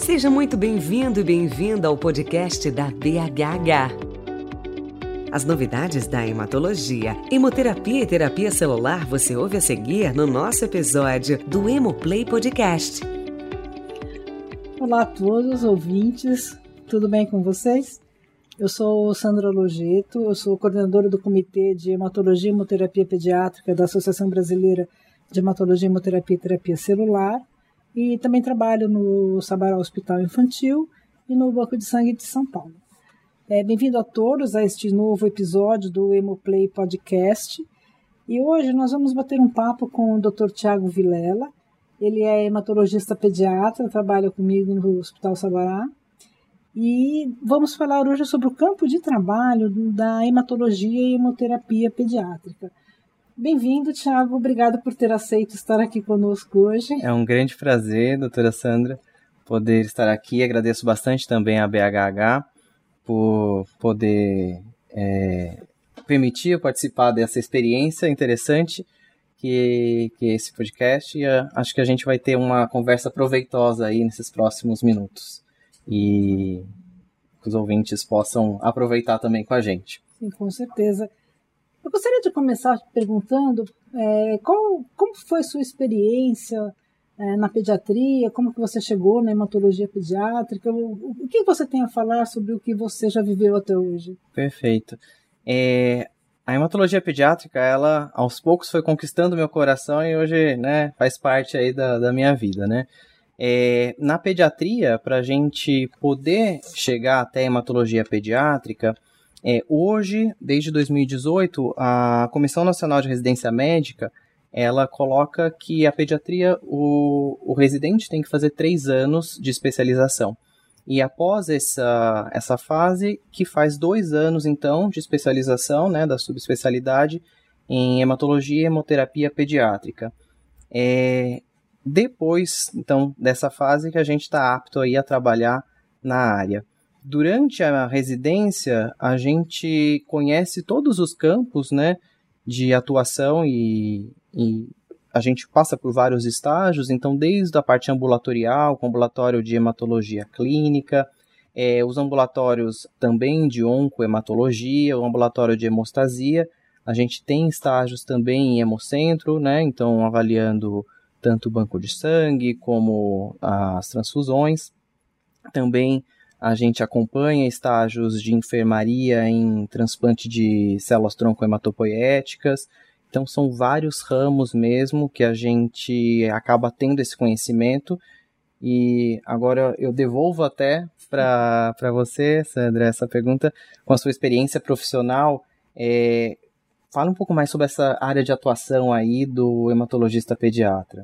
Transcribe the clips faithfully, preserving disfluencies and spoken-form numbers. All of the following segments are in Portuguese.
Seja muito bem-vindo e bem-vinda ao podcast da B H H. As novidades da hematologia, hemoterapia e terapia celular você ouve a seguir no nosso episódio do Hemoplay Podcast. Olá a todos, ouvintes, tudo bem com vocês? Eu sou Sandra Logeto, eu sou coordenadora do Comitê de Hematologia e Hemoterapia Pediátrica da Associação Brasileira de Hematologia, Hemoterapia e Terapia Celular e também trabalho no Sabará Hospital Infantil e no Banco de Sangue de São Paulo. É, bem-vindo a todos a este novo episódio do Hemoplay Podcast e hoje nós vamos bater um papo com o doutor Tiago Vilela. Ele é hematologista pediatra, trabalha comigo no Hospital Sabará. E vamos falar hoje sobre o campo de trabalho da hematologia e hemoterapia pediátrica. Bem-vindo, Tiago. Obrigado por ter aceito estar aqui conosco hoje. É um grande prazer, doutora Sandra, poder estar aqui. Agradeço bastante também à B H H por poder é, permitir eu participar dessa experiência interessante que, que é esse podcast. E uh, acho que a gente vai ter uma conversa proveitosa aí nesses próximos minutos. E que os ouvintes possam aproveitar também com a gente. Sim, com certeza. Eu gostaria de começar perguntando é, qual, como foi a sua experiência é, na pediatria, como que você chegou na hematologia pediátrica, o, o que você tem a falar sobre o que você já viveu até hoje? Perfeito. É, a hematologia pediátrica, ela aos poucos foi conquistando meu coração e hoje, né, faz parte aí da, da minha vida, né? É, na pediatria, para a gente poder chegar até a hematologia pediátrica, é, hoje, desde dois mil e dezoito, a Comissão Nacional de Residência Médica, ela coloca que a pediatria, o, o residente tem que fazer três anos de especialização. E após essa, essa fase, que faz dois anos, então, de especialização, né, da subespecialidade em hematologia e hemoterapia pediátrica. É... Depois, então, dessa fase que a gente está apto aí a trabalhar na área. Durante a residência, a gente conhece todos os campos, né, de atuação e, e a gente passa por vários estágios, então desde a parte ambulatorial, com ambulatório de hematologia clínica, é, os ambulatórios também de oncohematologia, o ambulatório de hemostasia, a gente tem estágios também em hemocentro, né, então avaliando tanto o banco de sangue como as transfusões. Também a gente acompanha estágios de enfermaria em transplante de células tronco-hematopoéticas. Então são vários ramos mesmo que a gente acaba tendo esse conhecimento. E agora eu devolvo até para você, Sandra, essa pergunta com a sua experiência profissional. É, Fala um pouco mais sobre essa área de atuação aí do hematologista pediatra.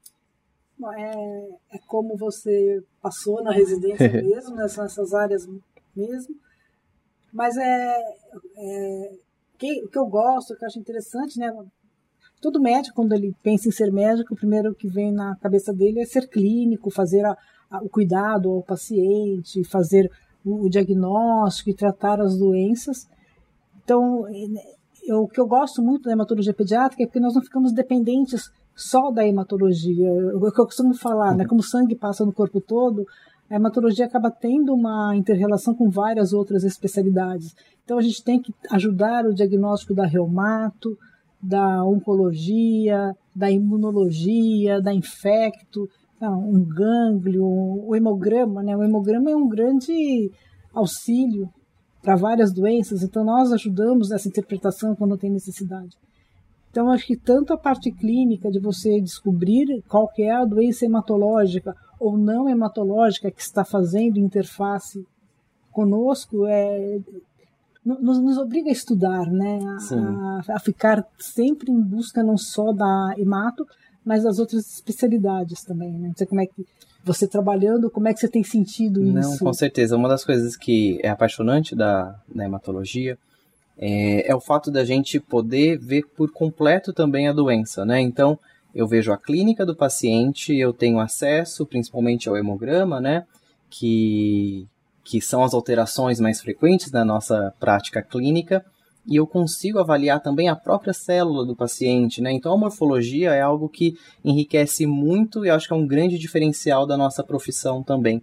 É, é como você passou na residência mesmo, nessas, nessas áreas mesmo. Mas é, é que, o que eu gosto, o que eu acho interessante, né? Todo médico, quando ele pensa em ser médico, o primeiro que vem na cabeça dele é ser clínico, fazer a, a, o cuidado ao paciente, fazer o, o diagnóstico e tratar as doenças. Então, Eu, o que eu gosto muito da hematologia pediátrica é porque nós não ficamos dependentes só da hematologia. O que eu costumo falar, né? Como o sangue passa no corpo todo, a hematologia acaba tendo uma inter-relação com várias outras especialidades. Então a gente tem que ajudar o diagnóstico da reumato, da oncologia, da imunologia, da infecto, um gânglio, o hemograma, né? O hemograma é um grande auxílio para várias doenças, então nós ajudamos nessa interpretação quando tem necessidade. Então acho que tanto a parte clínica de você descobrir qual que é a doença hematológica ou não hematológica que está fazendo interface conosco, é, nos, nos obriga a estudar, né? a, a ficar sempre em busca não só da hemato, mas das outras especialidades também. Né? Não sei como é que você trabalhando, como é que você tem sentido isso? Não, com certeza. Uma das coisas que é apaixonante da, da hematologia é, é o fato da gente poder ver por completo também a doença, né? Então, eu vejo a clínica do paciente, eu tenho acesso principalmente ao hemograma, né? Que, que são as alterações mais frequentes na nossa prática clínica, e eu consigo avaliar também a própria célula do paciente, né? Então a morfologia é algo que enriquece muito e acho que é um grande diferencial da nossa profissão também,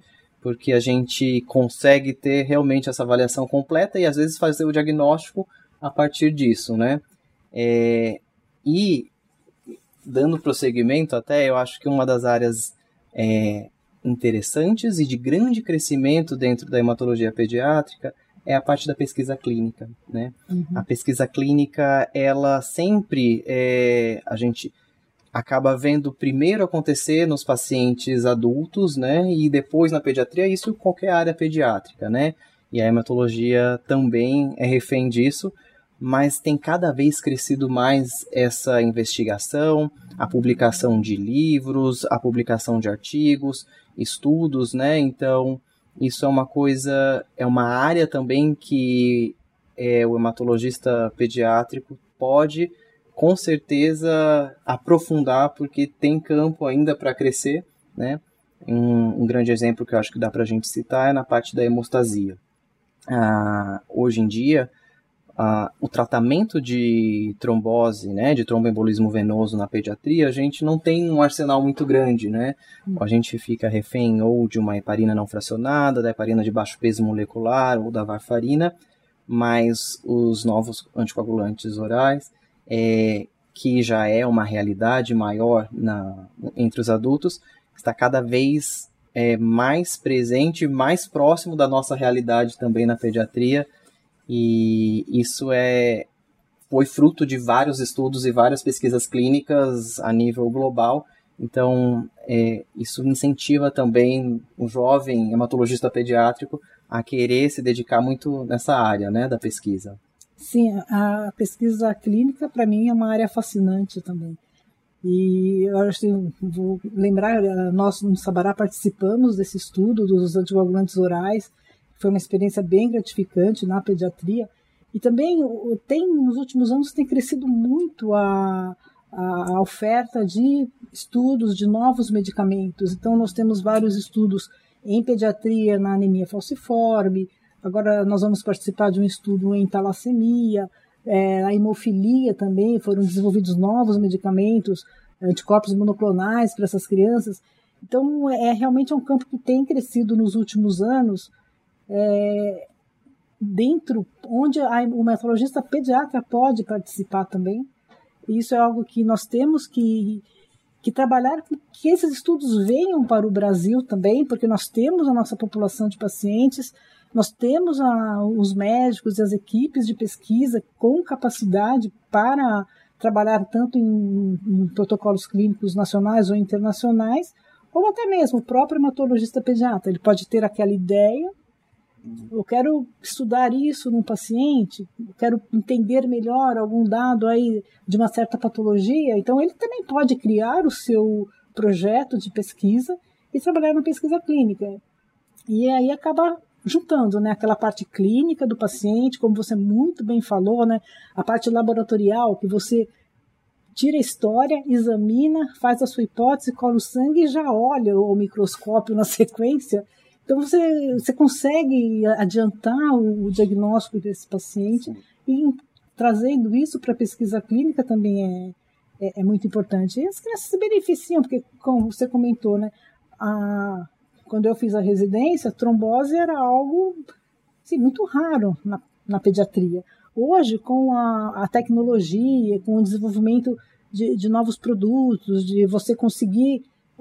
porque a gente consegue ter realmente essa avaliação completa e às vezes fazer o diagnóstico a partir disso, né? É, e dando prosseguimento até, eu acho que uma das áreas é, interessantes e de grande crescimento dentro da hematologia pediátrica é a parte da pesquisa clínica, né? Uhum. A pesquisa clínica, ela sempre, é, a gente acaba vendo primeiro acontecer nos pacientes adultos, né? E depois na pediatria, isso em qualquer área pediátrica, né? E a hematologia também é refém disso, mas tem cada vez crescido mais essa investigação, a publicação de livros, a publicação de artigos, estudos, né? Então, isso é uma coisa, é uma área também que é, o hematologista pediátrico pode, com certeza, aprofundar, porque tem campo ainda para crescer, né? Um, um grande exemplo que eu acho que dá para a gente citar é na parte da hemostasia. Ah, hoje em dia, ah, o tratamento de trombose, né, de tromboembolismo venoso na pediatria, a gente não tem um arsenal muito grande, né? A gente fica refém ou de uma heparina não fracionada, da heparina de baixo peso molecular ou da varfarina, mas os novos anticoagulantes orais, é, que já é uma realidade maior na, entre os adultos, está cada vez é, mais presente, mais próximo da nossa realidade também na pediatria, e isso é, foi fruto de vários estudos e várias pesquisas clínicas a nível global. Então, é, isso incentiva também o jovem hematologista pediátrico a querer se dedicar muito nessa área, né, da pesquisa. Sim, a pesquisa clínica, para mim, é uma área fascinante também. E eu acho que vou lembrar, nós no Sabará participamos desse estudo dos anticoagulantes orais. Foi uma experiência bem gratificante na pediatria. E também tem, nos últimos anos tem crescido muito a, a, a oferta de estudos de novos medicamentos. Então nós temos vários estudos em pediatria na anemia falciforme. Agora nós vamos participar de um estudo em talassemia, é, a hemofilia também. Foram desenvolvidos novos medicamentos, anticorpos monoclonais para essas crianças. Então é realmente um campo que tem crescido nos últimos anos. É, dentro onde a, o hematologista pediatra pode participar também. E isso é algo que nós temos que, que trabalhar, que esses estudos venham para o Brasil também, porque nós temos a nossa população de pacientes, nós temos a, os médicos e as equipes de pesquisa com capacidade para trabalhar tanto em, em protocolos clínicos nacionais ou internacionais, ou até mesmo o próprio hematologista pediatra. Ele pode ter aquela ideia: eu quero estudar isso num paciente, eu quero entender melhor algum dado aí de uma certa patologia. Então ele também pode criar o seu projeto de pesquisa e trabalhar na pesquisa clínica. E aí acaba juntando, né, aquela parte clínica do paciente, como você muito bem falou, né, a parte laboratorial, que você tira a história, examina, faz a sua hipótese, cola o sangue e já olha o microscópio na sequência. Então você, você consegue adiantar o, o diagnóstico desse paciente. Sim. E trazendo isso para a pesquisa clínica também é, é, é muito importante. E as crianças se beneficiam, porque, como você comentou, né, a, quando eu fiz a residência, a trombose era algo assim, muito raro na, na pediatria. Hoje, com a, a tecnologia, com o desenvolvimento de, de novos produtos, de você conseguir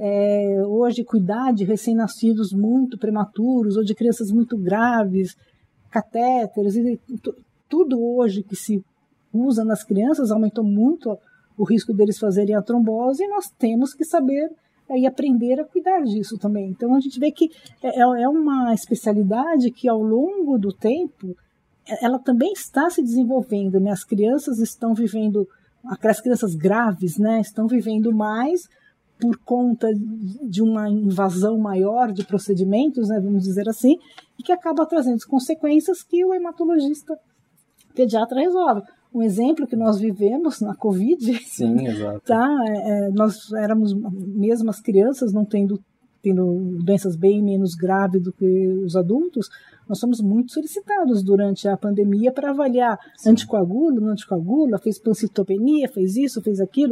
É, hoje cuidar de recém-nascidos muito prematuros ou de crianças muito graves, catéteres, e t- tudo hoje que se usa nas crianças aumentou muito o risco deles fazerem a trombose, e nós temos que saber é, e aprender a cuidar disso também. Então a gente vê que é, é uma especialidade que ao longo do tempo ela também está se desenvolvendo, né? As crianças estão vivendo, as crianças graves, né, estão vivendo mais por conta de uma invasão maior de procedimentos, né, vamos dizer assim, e que acaba trazendo consequências que o hematologista pediatra resolve. Um exemplo que nós vivemos na Covid, Sim, exato. Tá, é, nós éramos mesmo as crianças não tendo, tendo doenças bem menos graves do que os adultos, nós somos muito solicitados durante a pandemia para avaliar Sim. anticoagula, não anticoagula, fez pancitopenia, fez isso, fez aquilo.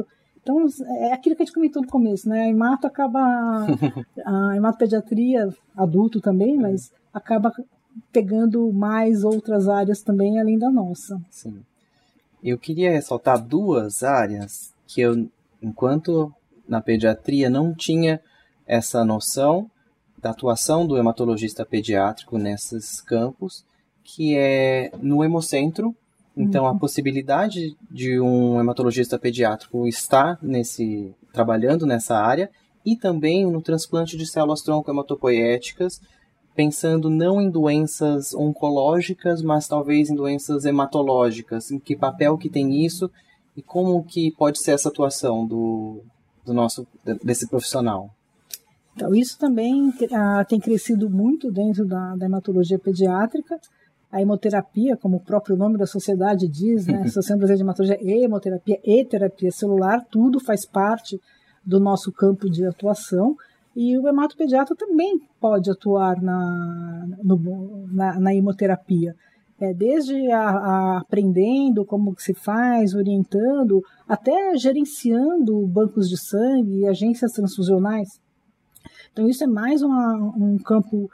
Então, é aquilo que a gente comentou no começo, né? A hemato acaba, a hematopediatria, adulto também, mas acaba pegando mais outras áreas também, além da nossa. Sim. Eu queria ressaltar duas áreas que eu, enquanto na pediatria, não tinha essa noção da atuação do hematologista pediátrico nesses campos, que é no hemocentro. Então, a possibilidade de um hematologista pediátrico estar nesse, trabalhando nessa área, e também no transplante de células tronco hematopoéticas, pensando não em doenças oncológicas, mas talvez em doenças hematológicas, em que papel que tem isso e como que pode ser essa atuação do, do nosso, desse profissional. Então, isso também uh, tem crescido muito dentro da, da hematologia pediátrica. A hemoterapia, como o próprio nome da sociedade diz, né, Associação Brasileira de Hematologia e Hemoterapia e Terapia Celular, tudo faz parte do nosso campo de atuação. E o hematopediatra também pode atuar na, no, na, na hemoterapia. É, desde a, a aprendendo como que se faz, orientando, até gerenciando bancos de sangue e agências transfusionais. Então, isso é mais uma, um campo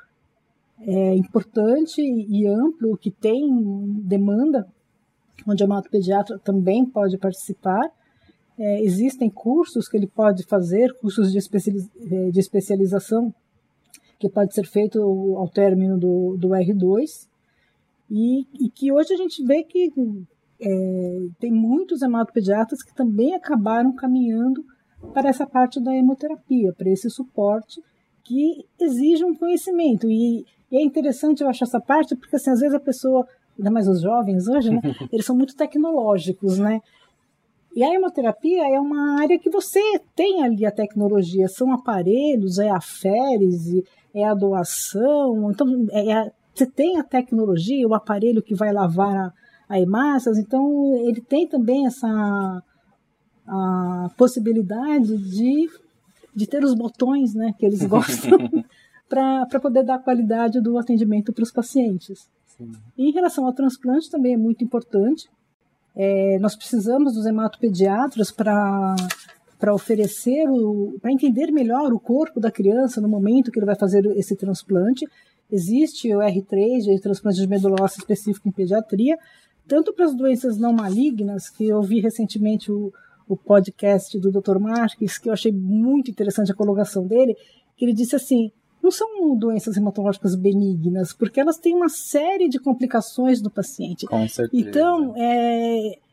é, importante e amplo, que tem demanda, onde o hematopediatra também pode participar. É, existem cursos que ele pode fazer, cursos de, especializ, de especialização, que pode ser feito ao término do, do R dois, e, e que hoje a gente vê que é, tem muitos hematopediatras que também acabaram caminhando para essa parte da hemoterapia, para esse suporte que exige um conhecimento. E, e é interessante, eu acho, essa parte, porque assim, às vezes a pessoa, ainda mais os jovens hoje, né, eles são muito tecnológicos, né? E a hemoterapia é uma área que você tem ali a tecnologia, são aparelhos, é a férise, é a doação, então é a, você tem a tecnologia, o aparelho que vai lavar a, a hemácias, então ele tem também essa a possibilidade de, de ter os botões, né, que eles gostam para poder dar qualidade do atendimento para os pacientes. Sim. E em relação ao transplante também é muito importante. É, nós precisamos dos hematopediatras para para oferecer, para entender melhor o corpo da criança no momento que ele vai fazer esse transplante. Existe o R três, de transplante de medula óssea específico em pediatria, tanto para as doenças não malignas, que eu vi recentemente o, o podcast do doutor Marques, que eu achei muito interessante a colocação dele, que ele disse assim, não são doenças hematológicas benignas, porque elas têm uma série de complicações do paciente. Com certeza. Então, é, é,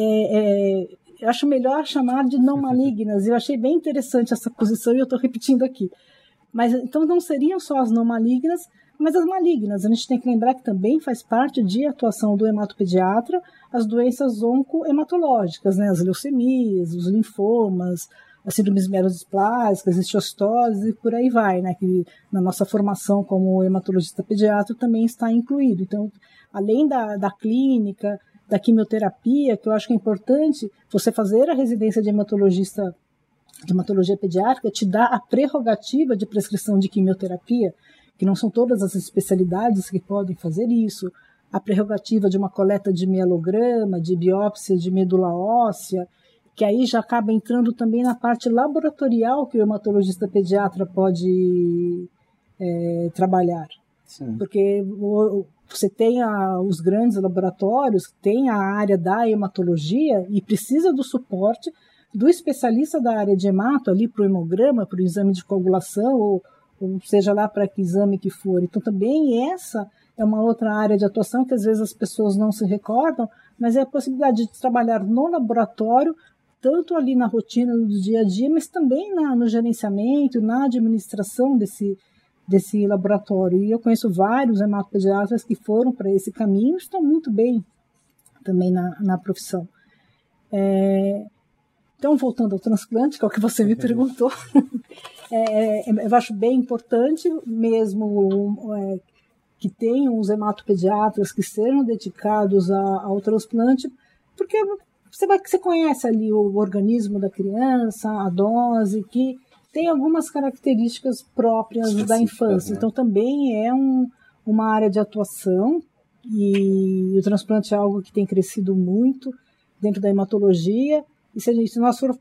é, eu acho melhor chamar de não malignas. Eu achei bem interessante essa posição e eu estou repetindo aqui. Mas, então, não seriam só as não malignas, mas as malignas. A gente tem que lembrar que também faz parte de atuação do hematopediatra as doenças oncohematológicas, né? As leucemias, os linfomas, as síndromes mielodisplásicas, histiocytose e por aí vai, né? Que na nossa formação como hematologista pediatra também está incluído. Então, além da, da clínica, da quimioterapia, que eu acho que é importante, você fazer a residência de hematologista de hematologia pediátrica te dá a prerrogativa de prescrição de quimioterapia, que não são todas as especialidades que podem fazer isso, a prerrogativa de uma coleta de mielograma, de biópsia de medula óssea, que aí já acaba entrando também na parte laboratorial que o hematologista pediatra pode é, trabalhar. Sim. Porque o, você tem a, os grandes laboratórios, tem a área da hematologia e precisa do suporte do especialista da área de hemato ali para o hemograma, para o exame de coagulação, ou, ou seja lá para que exame que for. Então também essa é uma outra área de atuação que às vezes as pessoas não se recordam, mas é a possibilidade de trabalhar no laboratório, tanto ali na rotina do dia a dia, mas também na, no gerenciamento, na administração desse, desse laboratório. E eu conheço vários hematopediatras que foram para esse caminho e estão muito bem também na, na profissão. É, então, voltando ao transplante, que é o que você me perguntou, é, eu acho bem importante mesmo é, que tenham os hematopediatras que sejam dedicados a, ao transplante, porque você, vai, você conhece ali o organismo da criança, a dose, que tem algumas características próprias da infância. Né? Então, também é um, uma área de atuação e o transplante é algo que tem crescido muito dentro da hematologia. E se, a gente, se nós for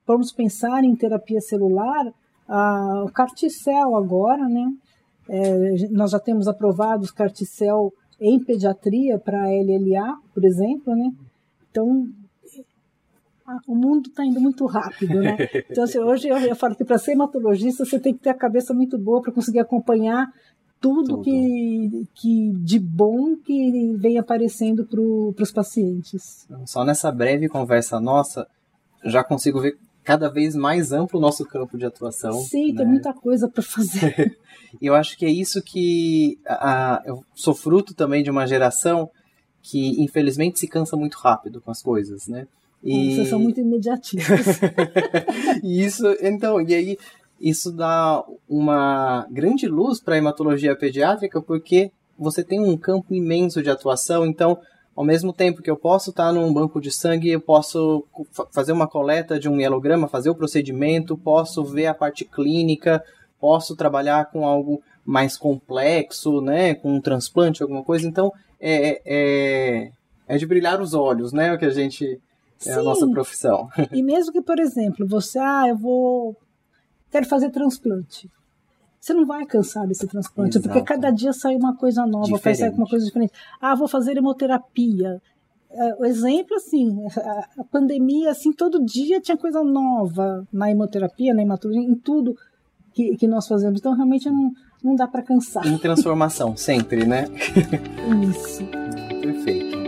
formos pensar em terapia celular, a, o Carticel agora, né? É, nós já temos aprovado os Carticel em pediatria para L L A, por exemplo, né? Então, o mundo está indo muito rápido, né? Então, assim, hoje eu, eu falo que para ser hematologista você tem que ter a cabeça muito boa para conseguir acompanhar tudo, tudo. Que, que de bom que vem aparecendo para os pacientes. Só nessa breve conversa nossa, já consigo ver cada vez mais amplo o nosso campo de atuação. Sim, né? Tem muita coisa para fazer. E eu acho que é isso que... A, eu sou fruto também de uma geração que, infelizmente, se cansa muito rápido com as coisas, né? E... Vocês são muito imediatistas. E isso, então, e aí... Isso dá uma grande luz para a hematologia pediátrica, porque você tem um campo imenso de atuação. Então, ao mesmo tempo que eu posso estar num banco de sangue, eu posso fazer uma coleta de um mielograma, fazer o procedimento, posso ver a parte clínica, posso trabalhar com algo mais complexo, né, com um transplante, alguma coisa. Então, é, é, é de brilhar os olhos, né, o que a gente... É Sim. a nossa profissão. E mesmo que, por exemplo, você, ah, eu vou... Quero fazer transplante. Você não vai cansar desse transplante, Exato. Porque cada dia sai uma coisa nova, vai sair uma coisa diferente. Ah, vou fazer hemoterapia. O exemplo, assim, a pandemia, assim, todo dia tinha coisa nova na hemoterapia, na hematologia, em tudo que, que nós fazemos. Então, realmente, não, não dá para cansar. Em transformação, sempre, né? Isso. Perfeito.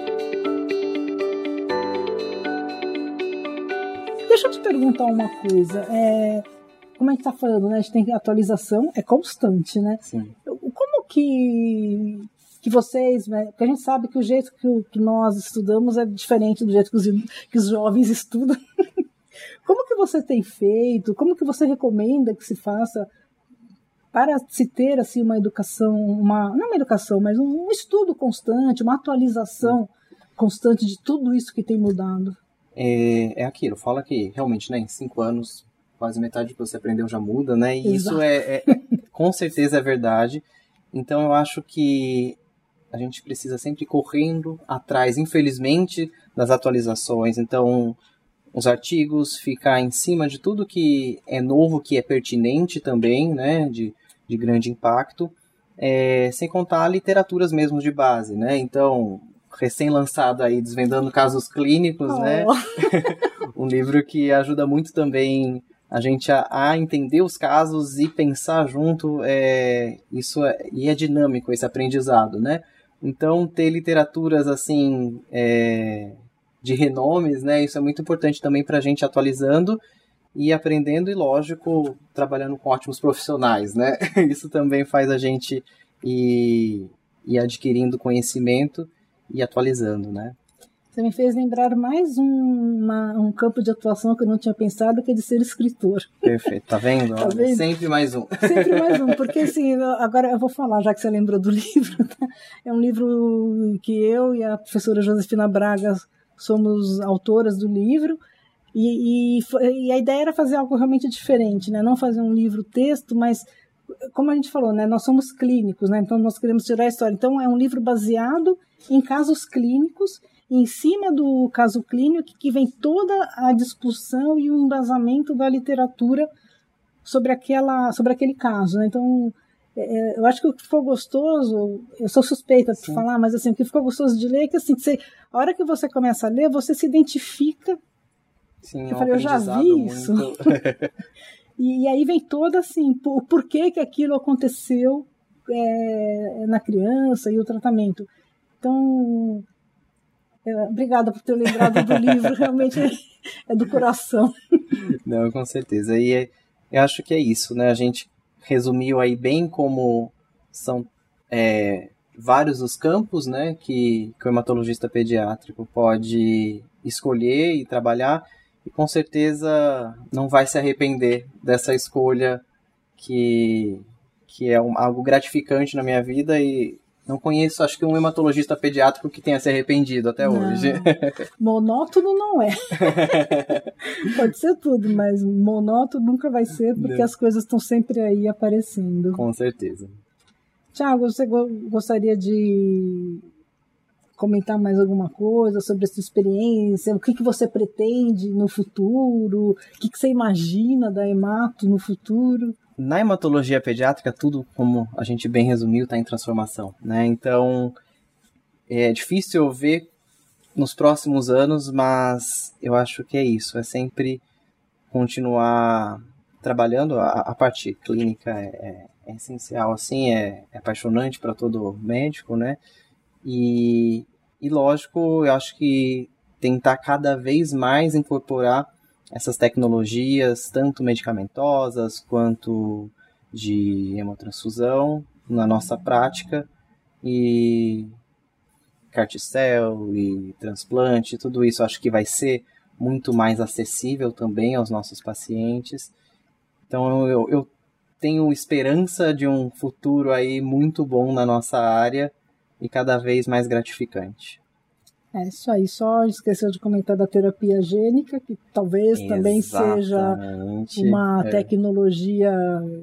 Deixa eu te perguntar uma coisa. É... Como a gente está falando, né? A gente tem atualização, é constante, né? Sim. Como que, que vocês, né? Porque a gente sabe que o jeito que, o, que nós estudamos é diferente do jeito que os, que os jovens estudam. Como que você tem feito? Como que você recomenda que se faça para se ter assim, uma educação, uma, não uma educação, mas um, um estudo constante, uma atualização constante de tudo isso que tem mudado? É, é aquilo, fala que realmente, né, em cinco anos... quase metade do que você aprendeu já muda, né? E Exato. Isso é, é, com certeza é verdade. Então eu acho que a gente precisa sempre ir correndo atrás, infelizmente, das atualizações. Então, os artigos, ficar em cima de tudo que é novo, que é pertinente também, né? De, de grande impacto. É, sem contar literaturas mesmo de base, né? Então, recém-lançado aí, Desvendando Casos Clínicos, oh. né? Um livro que ajuda muito também... a gente a, a entender os casos e pensar junto, é, isso é, e é dinâmico esse aprendizado, né? Então, ter literaturas, assim, é, de renomes, né? Isso é muito importante também para a gente atualizando e aprendendo e, lógico, trabalhando com ótimos profissionais, né? Isso também faz a gente ir, ir adquirindo conhecimento e atualizando, né? Você me fez lembrar mais um, uma, um campo de atuação que eu não tinha pensado, que é de ser escritor. Perfeito, tá vendo? Tá vendo? Sempre mais um. Sempre mais um, porque assim, agora eu vou falar, já que você lembrou do livro, tá? É um livro que eu e a professora Josefina Braga somos autoras do livro, e, e, e a ideia era fazer algo realmente diferente, né? Não fazer um livro-texto, mas, como a gente falou, né? Nós somos clínicos, né? Então nós queremos tirar a história. Então é um livro baseado em casos clínicos. Em cima do caso clínico, que vem toda a discussão e o embasamento da literatura sobre, aquela, sobre aquele caso, né? Então, é, eu acho que o que ficou gostoso, eu sou suspeita de Sim. falar, mas assim, o que ficou gostoso de ler é que assim, você, a hora que você começa a ler, você se identifica. Sim, eu falei, eu já vi isso. e, e aí vem toda assim, o porquê que aquilo aconteceu é, na criança e o tratamento. Então... Obrigada por ter lembrado do livro, realmente é, é do coração. Não, com certeza. E é, eu acho que é isso, né? A gente resumiu aí bem como são é, vários os campos, né, que, que o hematologista pediátrico pode escolher e trabalhar, e com certeza não vai se arrepender dessa escolha que, que é um, algo gratificante na minha vida, e não conheço, acho que um hematologista pediátrico que tenha se arrependido até não. hoje. Monótono não é. Pode ser tudo, mas monótono nunca vai ser, porque não. As coisas estão sempre aí aparecendo. Com certeza. Tiago, você gostaria de comentar mais alguma coisa sobre a sua experiência, o que, que você pretende no futuro, o que, que você imagina da hemato no futuro? Na hematologia pediátrica, tudo, como a gente bem resumiu, está em transformação, né? Então, é difícil eu ver nos próximos anos, mas eu acho que é isso, é sempre continuar trabalhando. A, a parte clínica é, é essencial, assim, é, é apaixonante para todo médico, né? E, e, lógico, eu acho que tentar cada vez mais incorporar essas tecnologias, tanto medicamentosas quanto de hemotransfusão, na nossa prática, e carticel e transplante, tudo isso acho que vai ser muito mais acessível também aos nossos pacientes. Então eu, eu tenho esperança de um futuro aí muito bom na nossa área e cada vez mais gratificante. É isso aí, só esqueceu de comentar da terapia gênica, que talvez Exatamente. Também seja uma é. tecnologia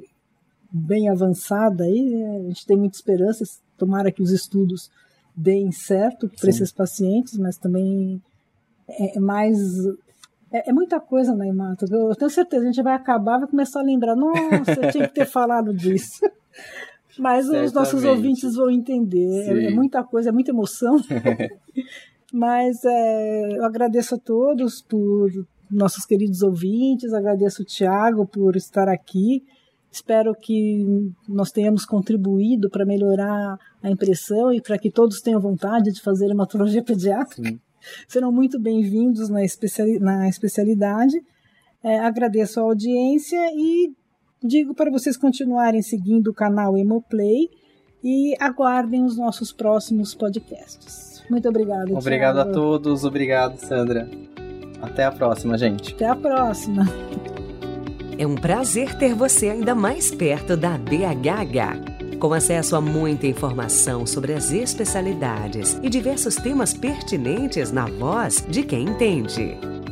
bem avançada aí, a gente tem muita esperança, tomara que os estudos deem certo para esses pacientes, mas também é mais... É, é muita coisa na hemato, eu tenho certeza, a gente vai acabar, vai começar a lembrar, nossa, eu tinha que ter falado disso. Mas Certamente. Os nossos ouvintes vão entender, é, é muita coisa, é muita emoção. Mas é, eu agradeço a todos, por nossos queridos ouvintes, agradeço o Thiago por estar aqui. Espero que nós tenhamos contribuído para melhorar a impressão e para que todos tenham vontade de fazer hematologia pediátrica. Sim. Serão muito bem-vindos na, especiali- na especialidade. É, agradeço a audiência e digo para vocês continuarem seguindo o canal Hemoplay e aguardem os nossos próximos podcasts. Muito obrigado, Obrigado Thiago. a todos, obrigado, Sandra. Até a próxima, gente. Até a próxima. É um prazer ter você ainda mais perto da B H H. Com acesso a muita informação sobre as especialidades e diversos temas pertinentes na voz de quem entende.